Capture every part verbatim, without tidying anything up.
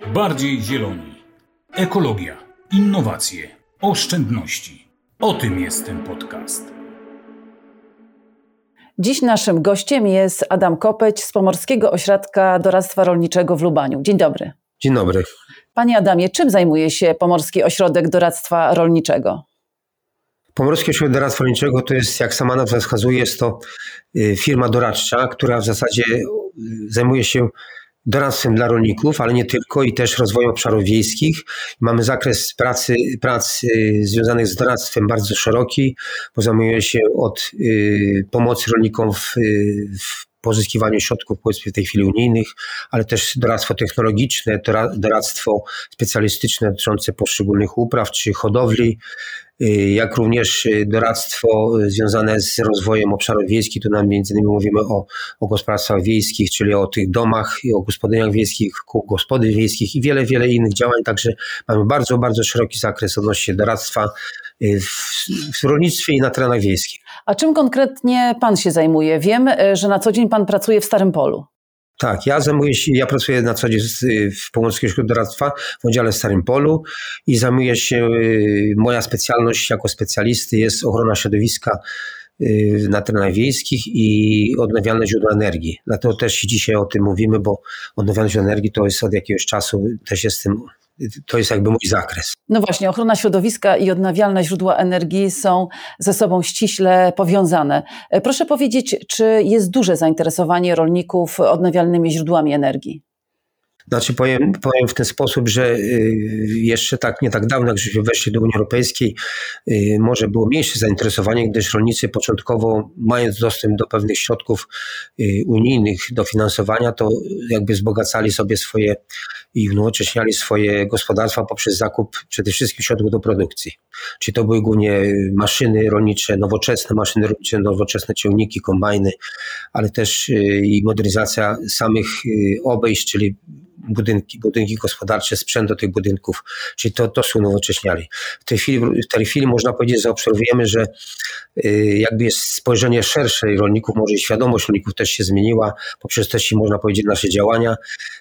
Bardziej zieloni. Ekologia, innowacje, oszczędności. O tym jest ten podcast. Dziś naszym gościem jest Adam Kopeć z Pomorskiego Ośrodka Doradztwa Rolniczego w Lubaniu. Dzień dobry. Dzień dobry. Panie Adamie, czym zajmuje się Pomorski Ośrodek Doradztwa Rolniczego? Pomorski Ośrodek Doradztwa Rolniczego to jest, jak sama nazwa wskazuje, jest to firma doradcza, która w zasadzie zajmuje się doradztwem dla rolników, ale nie tylko, i też rozwojem obszarów wiejskich. Mamy zakres pracy, prac związanych z doradztwem bardzo szeroki, bo zajmuje się od y, pomocy rolnikom w, w pozyskiwaniu środków, powiedzmy w tej chwili unijnych, ale też doradztwo technologiczne, doradztwo specjalistyczne dotyczące poszczególnych upraw czy hodowli, jak również doradztwo związane z rozwojem obszarów wiejskich. Tu nam między innymi mówimy o, o gospodarstwach wiejskich, czyli o tych domach i o gospodyniach wiejskich, kół gospodyń wiejskich i wiele, wiele innych działań. Także mamy bardzo, bardzo szeroki zakres odnośnie doradztwa w, w rolnictwie i na terenach wiejskich. A czym konkretnie pan się zajmuje? Wiem, że na co dzień pan pracuje w Starym Polu. Tak, ja zajmuję się, ja pracuję na co dzień w Pomorskim Ośrodku Doradztwa w oddziale w Starym Polu i zajmuję się, moja specjalność jako specjalisty jest ochrona środowiska na terenach wiejskich i odnawialne źródła energii. Dlatego też dzisiaj o tym mówimy, bo odnawialne źródła energii to jest od jakiegoś czasu, też jestem, to jest jakby mój zakres. No właśnie, ochrona środowiska i odnawialne źródła energii są ze sobą ściśle powiązane. Proszę powiedzieć, czy jest duże zainteresowanie rolników odnawialnymi źródłami energii? Znaczy powiem, powiem w ten sposób, że jeszcze tak nie tak dawno, jak żeśmy weszli do Unii Europejskiej, może było mniejsze zainteresowanie, gdyż rolnicy początkowo, mając dostęp do pewnych środków unijnych dofinansowania, to jakby wzbogacali sobie swoje i unowocześniali swoje gospodarstwa poprzez zakup przede wszystkim środków do produkcji. Czyli to były głównie maszyny rolnicze, nowoczesne maszyny rolnicze, nowoczesne ciągniki, kombajny, ale też i modernizacja samych obejść, czyli budynki, budynki gospodarcze, sprzęt do tych budynków, czyli to, to są unowocześniali. W tej chwili, w tej chwili można powiedzieć, że zaobserwujemy, że jakby jest spojrzenie szersze rolników, może i świadomość rolników też się zmieniła, poprzez też można powiedzieć nasze działania,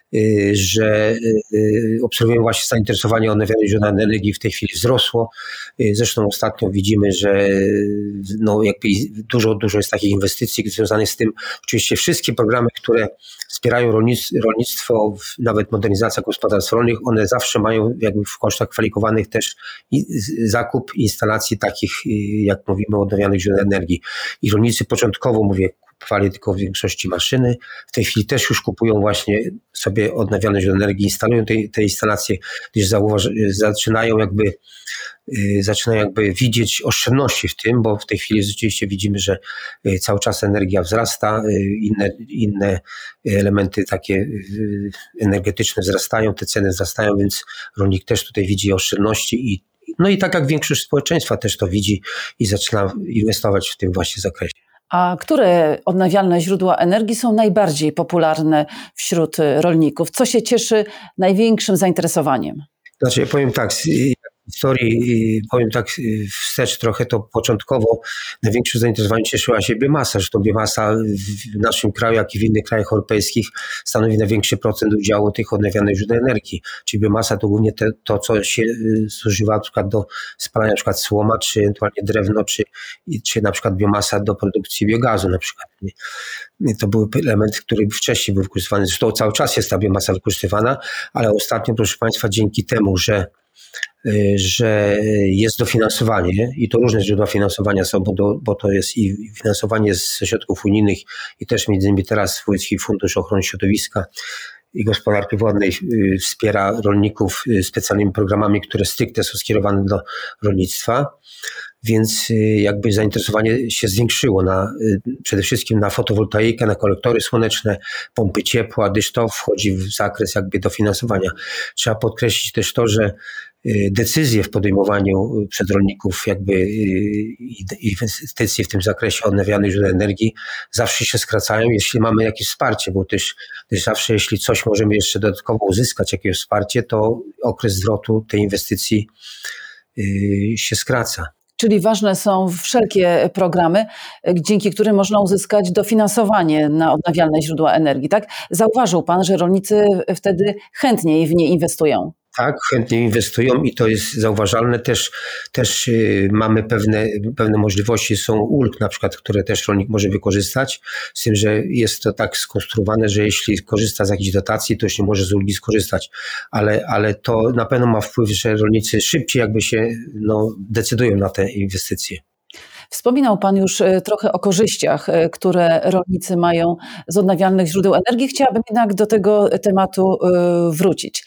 że obserwujemy właśnie zainteresowanie odnawialnymi źródłami energii w tej chwili wzrosło. Zresztą ostatnio widzimy, że no jakby dużo, dużo jest takich inwestycji związanych z tym. Oczywiście wszystkie programy, które wspierają rolnictwo, nawet modernizacja gospodarstw rolnych, one zawsze mają jakby w kosztach kwalifikowanych też zakup instalacji takich, jak mówimy, o odnawialnych źródłach energii. I rolnicy początkowo, mówię, kupowali tylko w większości maszyny. W tej chwili też już kupują właśnie sobie odnawialne źródła energii, instalują te, te instalacje, gdyż zauważ, zaczynają jakby zaczynają jakby widzieć oszczędności w tym, bo w tej chwili rzeczywiście widzimy, że cały czas energia wzrasta, inne, inne elementy takie energetyczne wzrastają, te ceny wzrastają, więc rolnik też tutaj widzi oszczędności i no i tak jak większość społeczeństwa też to widzi i zaczyna inwestować w tym właśnie zakresie. A które odnawialne źródła energii są najbardziej popularne wśród rolników? Co się cieszy największym zainteresowaniem? Znaczy, ja powiem tak, z historii, powiem tak wstecz trochę, to początkowo największe zainteresowanie cieszyła się biomasa. Zresztą biomasa w naszym kraju, jak i w innych krajach europejskich stanowi największy procent udziału tych odnawialnych źródeł energii. Czyli biomasa to głównie te, to, co się zużywa na przykład do spalania na przykład słoma, czy ewentualnie drewno, czy, czy na przykład biomasa do produkcji biogazu na przykład. To był element, który wcześniej był wykorzystywany. Zresztą cały czas jest ta biomasa wykorzystywana, ale ostatnio, proszę Państwa, dzięki temu, że że jest dofinansowanie i to różne źródła finansowania są, bo, do, bo to jest i finansowanie ze środków unijnych i też między innymi teraz Wojewódzki Fundusz Ochrony Środowiska i Gospodarki Wodnej wspiera rolników specjalnymi programami, które stricte są skierowane do rolnictwa. Więc jakby zainteresowanie się zwiększyło na, przede wszystkim na fotowoltaikę, na kolektory słoneczne, pompy ciepła, gdyż to wchodzi w zakres jakby dofinansowania. Trzeba podkreślić też to, że decyzje w podejmowaniu przez rolników jakby inwestycji w tym zakresie odnawialnych źródeł energii zawsze się skracają, jeśli mamy jakieś wsparcie, bo też, też zawsze jeśli coś możemy jeszcze dodatkowo uzyskać, jakieś wsparcie, to okres zwrotu tej inwestycji się skraca. Czyli ważne są wszelkie programy, dzięki którym można uzyskać dofinansowanie na odnawialne źródła energii, tak? Zauważył pan, że rolnicy wtedy chętniej w nie inwestują. Tak, chętnie inwestują i to jest zauważalne. Też, też mamy pewne, pewne możliwości, są ulg na przykład, które też rolnik może wykorzystać, z tym, że jest to tak skonstruowane, że jeśli korzysta z jakiejś dotacji, to już nie może z ulgi skorzystać, ale, ale to na pewno ma wpływ, że rolnicy szybciej jakby się no, decydują na te inwestycje. Wspominał pan już trochę o korzyściach, które rolnicy mają z odnawialnych źródeł energii. Chciałabym jednak do tego tematu wrócić.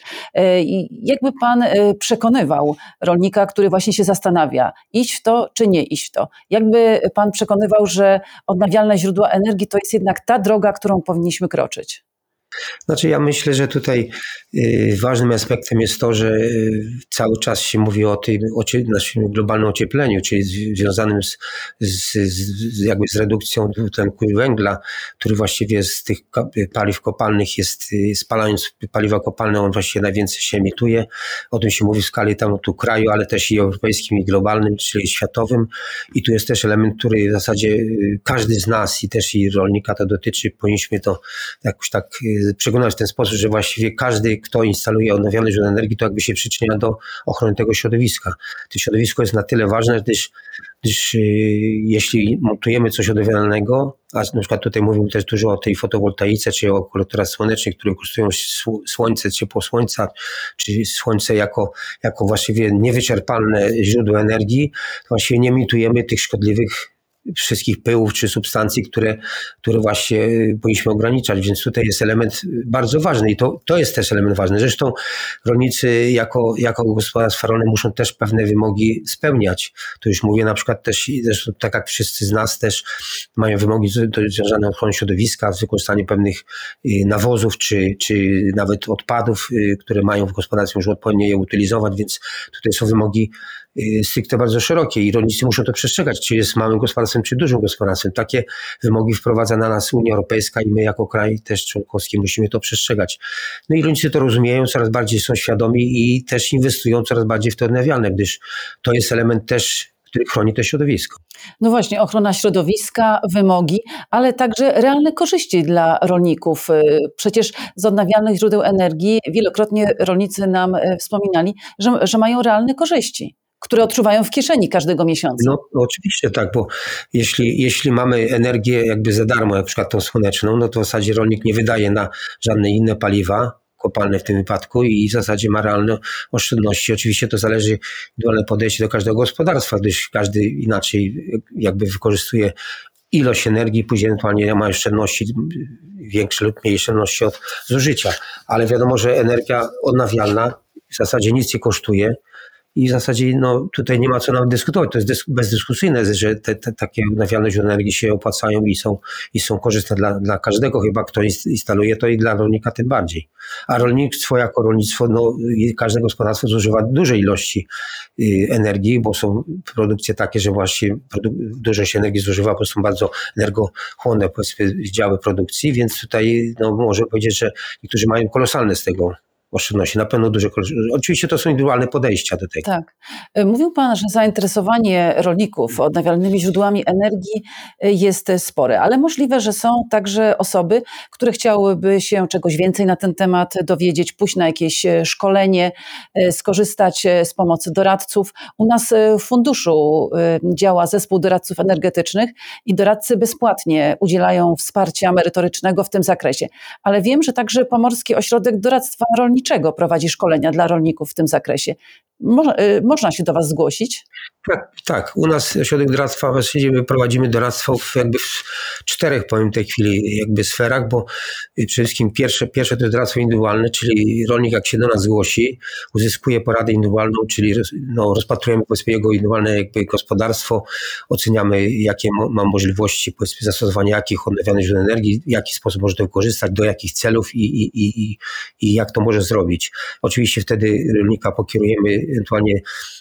Jakby pan przekonywał rolnika, który właśnie się zastanawia, iść w to czy nie iść w to? Jakby pan przekonywał, że odnawialne źródła energii to jest jednak ta droga, którą powinniśmy kroczyć? Znaczy ja myślę, że tutaj y, ważnym aspektem jest to, że y, cały czas się mówi o tym ocie, naszym globalnym ociepleniu, czyli z, związanym z, z, z, jakby z redukcją dwutlenku węgla, który właściwie z tych paliw kopalnych jest, y, spalając paliwa kopalne, on właściwie najwięcej się emituje. O tym się mówi w skali tam tu kraju, ale też i europejskim, i globalnym, czyli światowym. I tu jest też element, który w zasadzie y, każdy z nas i też i rolnika to dotyczy, powinniśmy to jakoś tak y, przekonać w ten sposób, że właściwie każdy, kto instaluje odnawialne źródła energii, to jakby się przyczynia do ochrony tego środowiska. To środowisko jest na tyle ważne, gdyż, gdyż yy, jeśli montujemy coś odnawialnego, a na przykład tutaj mówimy też dużo o tej fotowoltaice, czy o kolektorach słonecznych, które wykorzystują słońce, ciepło słońca, czy słońce jako, jako właściwie niewyczerpalne źródło energii, to właściwie nie emitujemy tych szkodliwych wszystkich pyłów czy substancji, które, które właśnie powinniśmy ograniczać, więc tutaj jest element bardzo ważny i to, to jest też element ważny. Zresztą rolnicy jako, jako gospodarstwa rolne muszą też pewne wymogi spełniać. To już mówię na przykład też, zresztą tak jak wszyscy z nas też mają wymogi związane z ochroną środowiska, z wykorzystaniem pewnych nawozów czy, czy nawet odpadów, które mają w gospodarstwie, muszą odpowiednio je utylizować, więc tutaj są wymogi stricte bardzo szerokie i rolnicy muszą to przestrzegać, czy jest małym gospodarstwem, czy dużym gospodarstwem. Takie wymogi wprowadza na nas Unia Europejska i my jako kraj też członkowski musimy to przestrzegać. No i rolnicy to rozumieją, coraz bardziej są świadomi i też inwestują coraz bardziej w te odnawialne, gdyż to jest element też, który chroni to środowisko. No właśnie, ochrona środowiska, wymogi, ale także realne korzyści dla rolników. Przecież z odnawialnych źródeł energii wielokrotnie rolnicy nam wspominali, że, że mają realne korzyści, które odczuwają w kieszeni każdego miesiąca. No, no oczywiście tak, bo jeśli, jeśli mamy energię jakby za darmo, jak na przykład tą słoneczną, no to w zasadzie rolnik nie wydaje na żadne inne paliwa kopalne w tym wypadku i w zasadzie ma realne oszczędności. Oczywiście to zależy indywidualne podejście do każdego gospodarstwa, gdyż każdy inaczej jakby wykorzystuje ilość energii, później ewentualnie ma oszczędności większe lub mniejsze oszczędności od zużycia. Ale wiadomo, że energia odnawialna w zasadzie nic nie kosztuje. I w zasadzie no, tutaj nie ma co nawet dyskutować. To jest dys- bezdyskusyjne, że te, te takie odnawialne źródła energii się opłacają i są, i są korzystne dla, dla każdego. Chyba kto instaluje to i dla rolnika tym bardziej. A rolnictwo jako rolnictwo, no, każde gospodarstwo zużywa duże ilości y, energii, bo są produkcje takie, że właśnie produ- dużo się energii zużywa, bo są bardzo energochłonne powiedzmy działy produkcji, więc tutaj no, można powiedzieć, że niektórzy mają kolosalne z tego oszczędności, na pewno duże korzyści. Oczywiście to są indywidualne podejścia do tego. Tak. Mówił pan, że zainteresowanie rolników odnawialnymi źródłami energii jest spore, ale możliwe, że są także osoby, które chciałyby się czegoś więcej na ten temat dowiedzieć, pójść na jakieś szkolenie, skorzystać z pomocy doradców. U nas w funduszu działa zespół doradców energetycznych i doradcy bezpłatnie udzielają wsparcia merytorycznego w tym zakresie. Ale wiem, że także Pomorski Ośrodek Doradztwa Rolniczego prowadzi szkolenia dla rolników w tym zakresie. Mo- można się do was zgłosić? Tak, tak. U nas Ośrodek Doradztwa, właściwie my prowadzimy doradztwo w jakby w czterech, powiem w tej chwili, jakby sferach, bo przede wszystkim pierwsze, pierwsze to jest doradztwo indywidualne, czyli rolnik jak się do nas zgłosi, uzyskuje poradę indywidualną, czyli no, rozpatrujemy powiedzmy jego indywidualne jakby gospodarstwo, oceniamy jakie ma możliwości powiedzmy zastosowania jakich odnawialnych źródeł energii, w jaki sposób może to wykorzystać, do jakich celów i, i, i, i, i jak to może zrobić. Oczywiście wtedy rolnika pokierujemy ewentualnie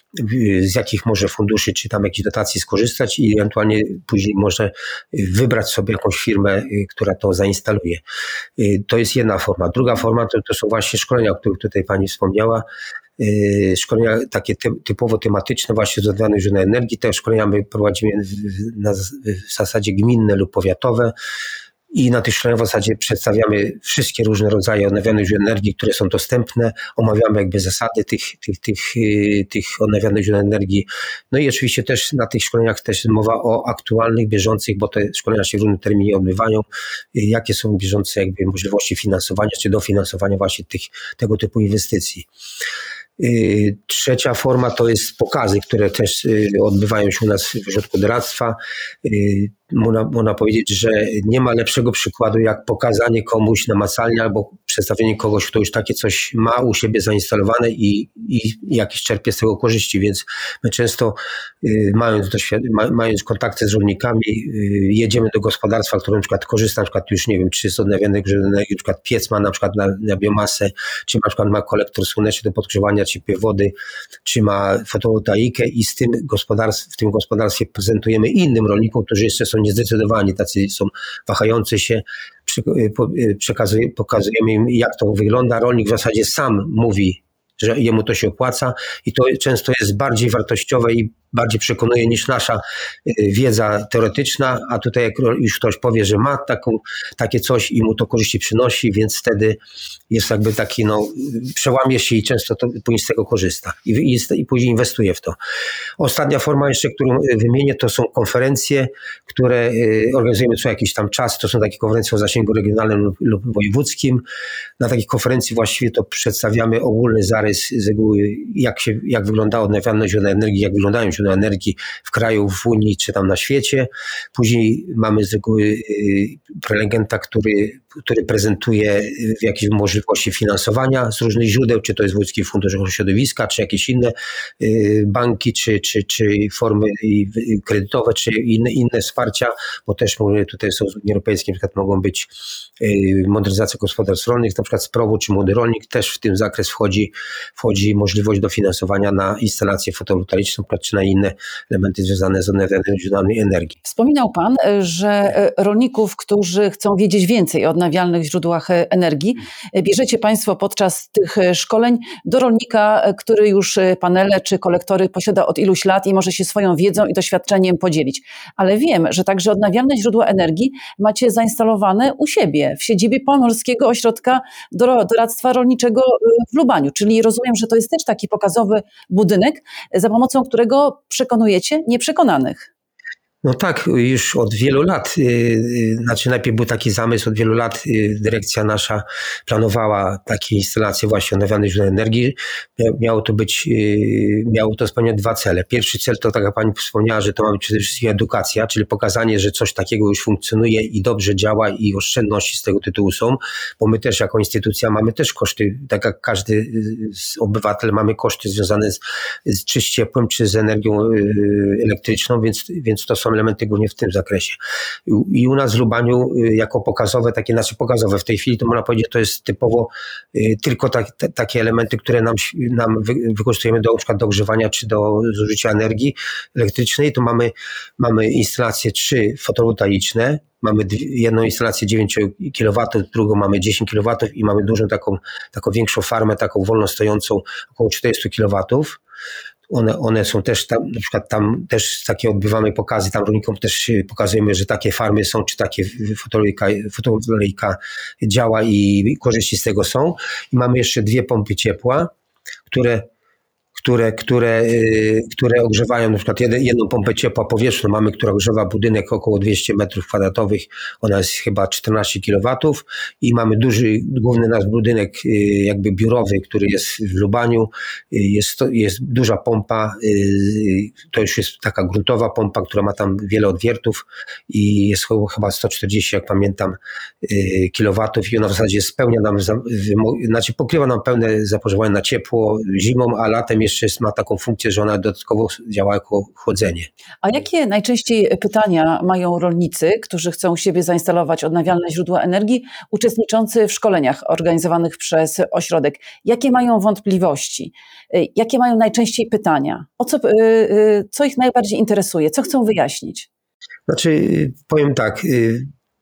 z jakich może funduszy czy tam jakichś dotacji skorzystać i ewentualnie później może wybrać sobie jakąś firmę, która to zainstaluje. To jest jedna forma. Druga forma to, to są właśnie szkolenia, o których tutaj pani wspomniała. szkolenia takie typowo tematyczne właśnie z odnawialnych źródeł energii. Te szkolenia my prowadzimy na w zasadzie gminne lub powiatowe. I na tych szkoleniach w zasadzie przedstawiamy wszystkie różne rodzaje odnawialnych źródeł energii, które są dostępne, omawiamy jakby zasady tych, tych, tych, tych odnawialnych źródeł energii. No i oczywiście też na tych szkoleniach też mowa o aktualnych, bieżących, bo te szkolenia się w różnym terminie odbywają, jakie są bieżące jakby możliwości finansowania czy dofinansowania właśnie tych, tego typu inwestycji. Trzecia forma to jest pokazy, które też odbywają się u nas w Ośrodku Doradztwa. Można, można powiedzieć, że nie ma lepszego przykładu jak pokazanie komuś namacalnie albo przedstawienie kogoś, kto już takie coś ma u siebie zainstalowane i, i jakieś czerpie z tego korzyści, więc my często mając, doświad- mając kontakty z rolnikami, jedziemy do gospodarstwa, które na przykład korzysta na przykład już nie wiem, czy z odnawialnych źródeł energii, na przykład piec ma na przykład na, na biomasę, czy na przykład ma kolektor słoneczny do podgrzewania ciepłej wody, czy ma fotowoltaikę i z tym gospodarstw, w tym gospodarstwie prezentujemy innym rolnikom, którzy jeszcze są niezdecydowani, tacy są wahający się, przekazuje, pokazujemy im, jak to wygląda. Rolnik w zasadzie sam mówi, że jemu to się opłaca i to często jest bardziej wartościowe i bardziej przekonuje niż nasza wiedza teoretyczna, a tutaj jak już ktoś powie, że ma taką, takie coś i mu to korzyści przynosi, więc wtedy jest jakby taki, no, przełamie się i często to, później z tego korzysta i, i, i później inwestuje w to. Ostatnia forma jeszcze, którą wymienię, to są konferencje, które organizujemy co jakiś tam czas, to są takie konferencje o zasięgu regionalnym lub, lub wojewódzkim. Na takich konferencji właściwie to przedstawiamy ogólny zarys z reguły, jak się, jak wygląda odnawialne źródła energii, jak wyglądają źródła energii w kraju, w Unii czy tam na świecie. Później mamy z reguły prelegenta, który, który prezentuje jakieś możliwości finansowania z różnych źródeł, czy to jest Wojewódzki Fundusz Ochrony Środowiska, czy jakieś inne banki, czy, czy, czy formy kredytowe, czy inne, inne wsparcia, bo też tutaj są z Unii Europejskiej, na przykład mogą być modernizacja gospodarstw rolnych, na przykład z P R O W-u czy Młody Rolnik, też w tym zakres wchodzi, wchodzi możliwość dofinansowania na instalacje fotowoltaiczne, czy na inne elementy związane z odnawialnymi źródłami energii. Wspominał Pan, że rolników, którzy chcą wiedzieć więcej o odnawialnych źródłach energii, bierzecie Państwo podczas tych szkoleń do rolnika, który już panele czy kolektory posiada od iluś lat i może się swoją wiedzą i doświadczeniem podzielić. Ale wiem, że także odnawialne źródła energii macie zainstalowane u siebie, w siedzibie Pomorskiego Ośrodka Doradztwa Rolniczego w Lubaniu. Czyli rozumiem, że to jest też taki pokazowy budynek, za pomocą którego przekonujecie nieprzekonanych. No tak, już od wielu lat, znaczy najpierw był taki zamysł, od wielu lat dyrekcja nasza planowała takie instalacje właśnie odnawialnych źródeł energii. Miało to być, miało to spełniać dwa cele. Pierwszy cel to, tak jak Pani wspomniała, że to ma być przede wszystkim edukacja, czyli pokazanie, że coś takiego już funkcjonuje i dobrze działa i oszczędności z tego tytułu są, bo my też jako instytucja mamy też koszty, tak jak każdy obywatel mamy koszty związane z, z czy z ciepłem, czy z energią elektryczną, więc, więc to są elementy głównie w tym zakresie. I u nas w Lubaniu jako pokazowe, takie znaczy pokazowe w tej chwili, to można powiedzieć, to jest typowo tylko tak, te, takie elementy, które nam, nam wy, wykorzystujemy do na przykład do ogrzewania czy do zużycia energii elektrycznej. To mamy, mamy instalacje trzy fotowoltaiczne, mamy dwie, jedną instalację dziewięć kilowatów, drugą mamy dziesięć kilowatów i mamy dużą taką, taką większą farmę, taką wolno stojącą, około czterdzieści kilowatów. One, one są też tam, na przykład tam też takie odbywamy pokazy, tam rolnikom też pokazujemy, że takie farmy są, czy takie fotowoltaika, fotowoltaika działa i korzyści z tego są. I mamy jeszcze dwie pompy ciepła, które które, które, które ogrzewają na przykład jedną pompę ciepła powietrzną mamy, która ogrzewa budynek około dwieście metrów kwadratowych, ona jest chyba czternaście kilowatów i mamy duży, główny nasz budynek jakby biurowy, który jest w Lubaniu, jest, to, jest duża pompa, to już jest taka gruntowa pompa, która ma tam wiele odwiertów i jest chyba sto czterdzieści, jak pamiętam, kilowatów i ona w zasadzie spełnia nam, znaczy pokrywa nam pełne zapotrzebowanie na ciepło zimą, a latem jeszcze jest, ma taką funkcję, że ona dodatkowo działa jako chłodzenie. A jakie najczęściej pytania mają rolnicy, którzy chcą u siebie zainstalować odnawialne źródła energii, uczestniczący w szkoleniach organizowanych przez ośrodek? Jakie mają wątpliwości? Jakie mają najczęściej pytania? O co, co ich najbardziej interesuje? Co chcą wyjaśnić? Znaczy, powiem tak,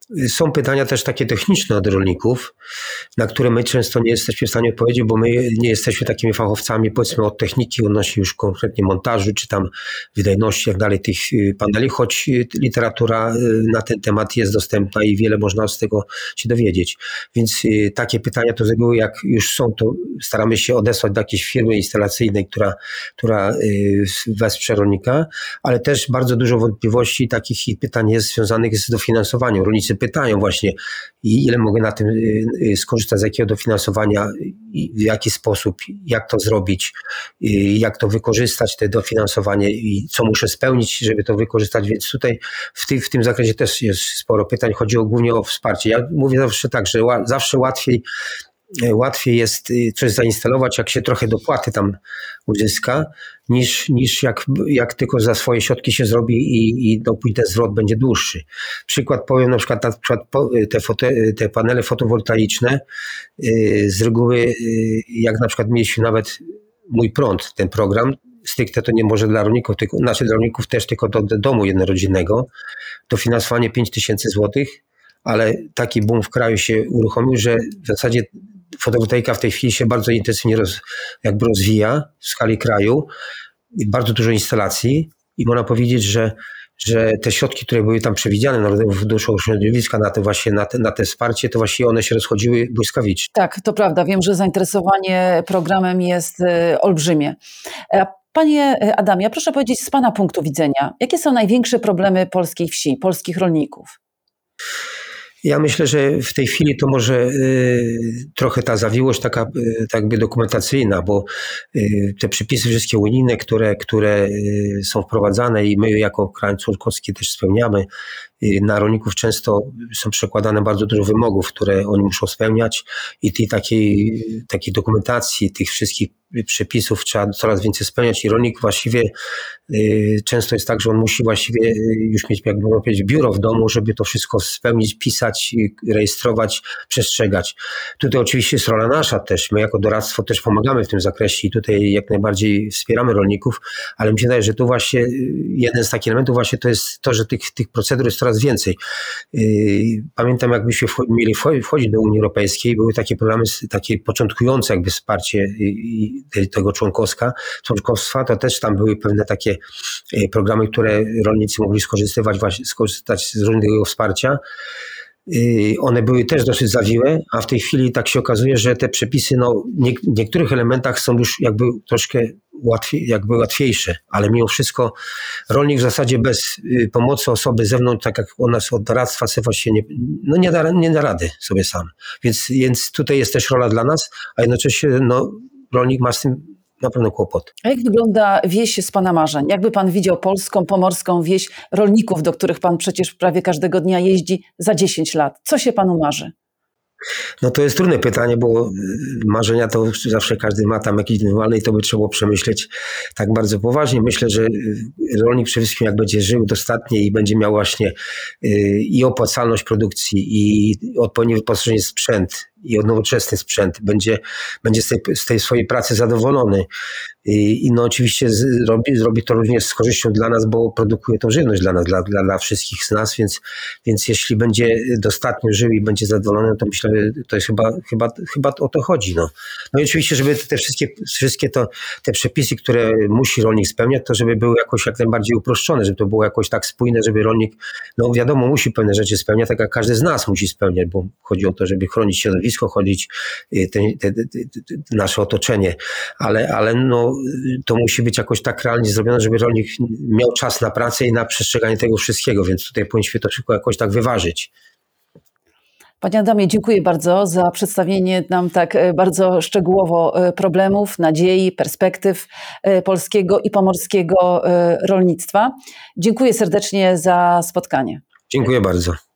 Są pytania też takie techniczne od rolników, na które my często nie jesteśmy w stanie odpowiedzieć, bo my nie jesteśmy takimi fachowcami, powiedzmy, od techniki, odnośnie już konkretnie montażu, czy tam wydajności, jak dalej tych paneli, choć literatura na ten temat jest dostępna i wiele można z tego się dowiedzieć. Więc takie pytania to z reguły, jak już są, to staramy się odesłać do jakiejś firmy instalacyjnej, która, która wesprze rolnika, ale też bardzo dużo wątpliwości takich pytań jest związanych z dofinansowaniem. Rolnicy pytają właśnie, ile mogę na tym skorzystać, z jakiego dofinansowania, w jaki sposób, jak to zrobić, jak to wykorzystać, te dofinansowanie i co muszę spełnić, żeby to wykorzystać. Więc tutaj w, ty, w tym zakresie też jest sporo pytań. Chodzi głównie o wsparcie. Ja mówię zawsze tak, że ła, zawsze łatwiej Łatwiej jest coś zainstalować, jak się trochę dopłaty tam uzyska, niż, niż jak, jak tylko za swoje środki się zrobi i, i dopóki ten zwrot będzie dłuższy. Przykład powiem, na przykład, na przykład te, fote, te panele fotowoltaiczne z reguły, jak na przykład mieliśmy nawet Mój Prąd, ten program, stricte to nie może dla rolników, tylko, znaczy dla rolników też tylko do, do domu jednorodzinnego, dofinansowanie pięć tysięcy złotych, ale taki boom w kraju się uruchomił, że w zasadzie fotowoltaika w tej chwili się bardzo intensywnie roz, jakby rozwija w skali kraju. Bardzo dużo instalacji i można powiedzieć, że, że te środki, które były tam przewidziane Narodowego Funduszu Ochrony Środowiska na te właśnie na te, na te wsparcie, to właśnie one się rozchodziły błyskawicznie. Tak, to prawda. Wiem, że zainteresowanie programem jest olbrzymie. Panie Adamie, proszę powiedzieć z Pana punktu widzenia, jakie są największe problemy polskiej wsi, polskich rolników? Ja myślę, że w tej chwili to może y, trochę ta zawiłość taka y, tak jakby dokumentacyjna, bo y, te przepisy wszystkie unijne, które, które y, są wprowadzane i my jako kraj członkowski też spełniamy, y, na rolników często są przekładane bardzo dużo wymogów, które oni muszą spełniać i tej takiej, takiej dokumentacji, tych wszystkich przepisów trzeba coraz więcej spełniać i rolnik właściwie y, często jest tak, że on musi właściwie już mieć, jakby można powiedzieć, biuro w domu, żeby to wszystko spełnić, pisać, rejestrować, przestrzegać. Tutaj oczywiście jest rola nasza też. My jako doradztwo też pomagamy w tym zakresie i tutaj jak najbardziej wspieramy rolników, ale mi się wydaje, że tu właśnie jeden z takich elementów właśnie to jest to, że tych, tych procedur jest coraz więcej. Pamiętam, jakbyśmy mieli wchodzić do Unii Europejskiej, były takie programy, takie początkujące jakby wsparcie tego członkowska, członkostwa, to też tam były pewne takie programy, które rolnicy mogli skorzystywać, właśnie skorzystać z różnego wsparcia. One były też dosyć zawiłe, a w tej chwili tak się okazuje, że te przepisy no, nie, w niektórych elementach są już jakby troszkę łatwiej, jakby łatwiejsze, ale mimo wszystko rolnik w zasadzie bez pomocy osoby z zewnątrz, tak jak u nas od doradztwa, sobie właśnie nie, no nie, da, nie da rady sobie sam. Więc, więc tutaj jest też rola dla nas, a jednocześnie no, rolnik ma z tym na pewno kłopot. A jak wygląda wieś z Pana marzeń? Jakby Pan widział polską, pomorską wieś rolników, do których Pan przecież prawie każdego dnia jeździ za dziesięć lat? Co się Panu marzy? No to jest trudne pytanie, bo marzenia to zawsze każdy ma tam jakieś indywidualne i to by trzeba było przemyśleć tak bardzo poważnie. Myślę, że rolnik przede wszystkim jak będzie żył dostatnie i będzie miał właśnie i opłacalność produkcji i odpowiednio wyposażony sprzęt i nowoczesny sprzęt, będzie, będzie z, tej, z tej swojej pracy zadowolony. I, i no oczywiście zrobi, zrobi to również z korzyścią dla nas, bo produkuje tą żywność dla nas, dla, dla, dla wszystkich z nas, więc, więc jeśli będzie dostatnio żył i będzie zadowolony, to myślę, że to jest chyba, chyba, chyba o to chodzi. No, no i oczywiście, żeby te wszystkie, wszystkie to, te przepisy, które musi rolnik spełniać, to żeby były jakoś jak najbardziej uproszczone, żeby to było jakoś tak spójne, żeby rolnik, no wiadomo, musi pewne rzeczy spełniać, tak jak każdy z nas musi spełniać, bo chodzi o to, żeby chronić środowisko, chodzić te, te, te, te, nasze otoczenie, ale, ale no, to musi być jakoś tak realnie zrobione, żeby rolnik miał czas na pracę i na przestrzeganie tego wszystkiego, więc tutaj powinniśmy to wszystko jakoś tak wyważyć. Panie Adamie, dziękuję bardzo za przedstawienie nam tak bardzo szczegółowo problemów, nadziei, perspektyw polskiego i pomorskiego rolnictwa. Dziękuję serdecznie za spotkanie. Dziękuję bardzo.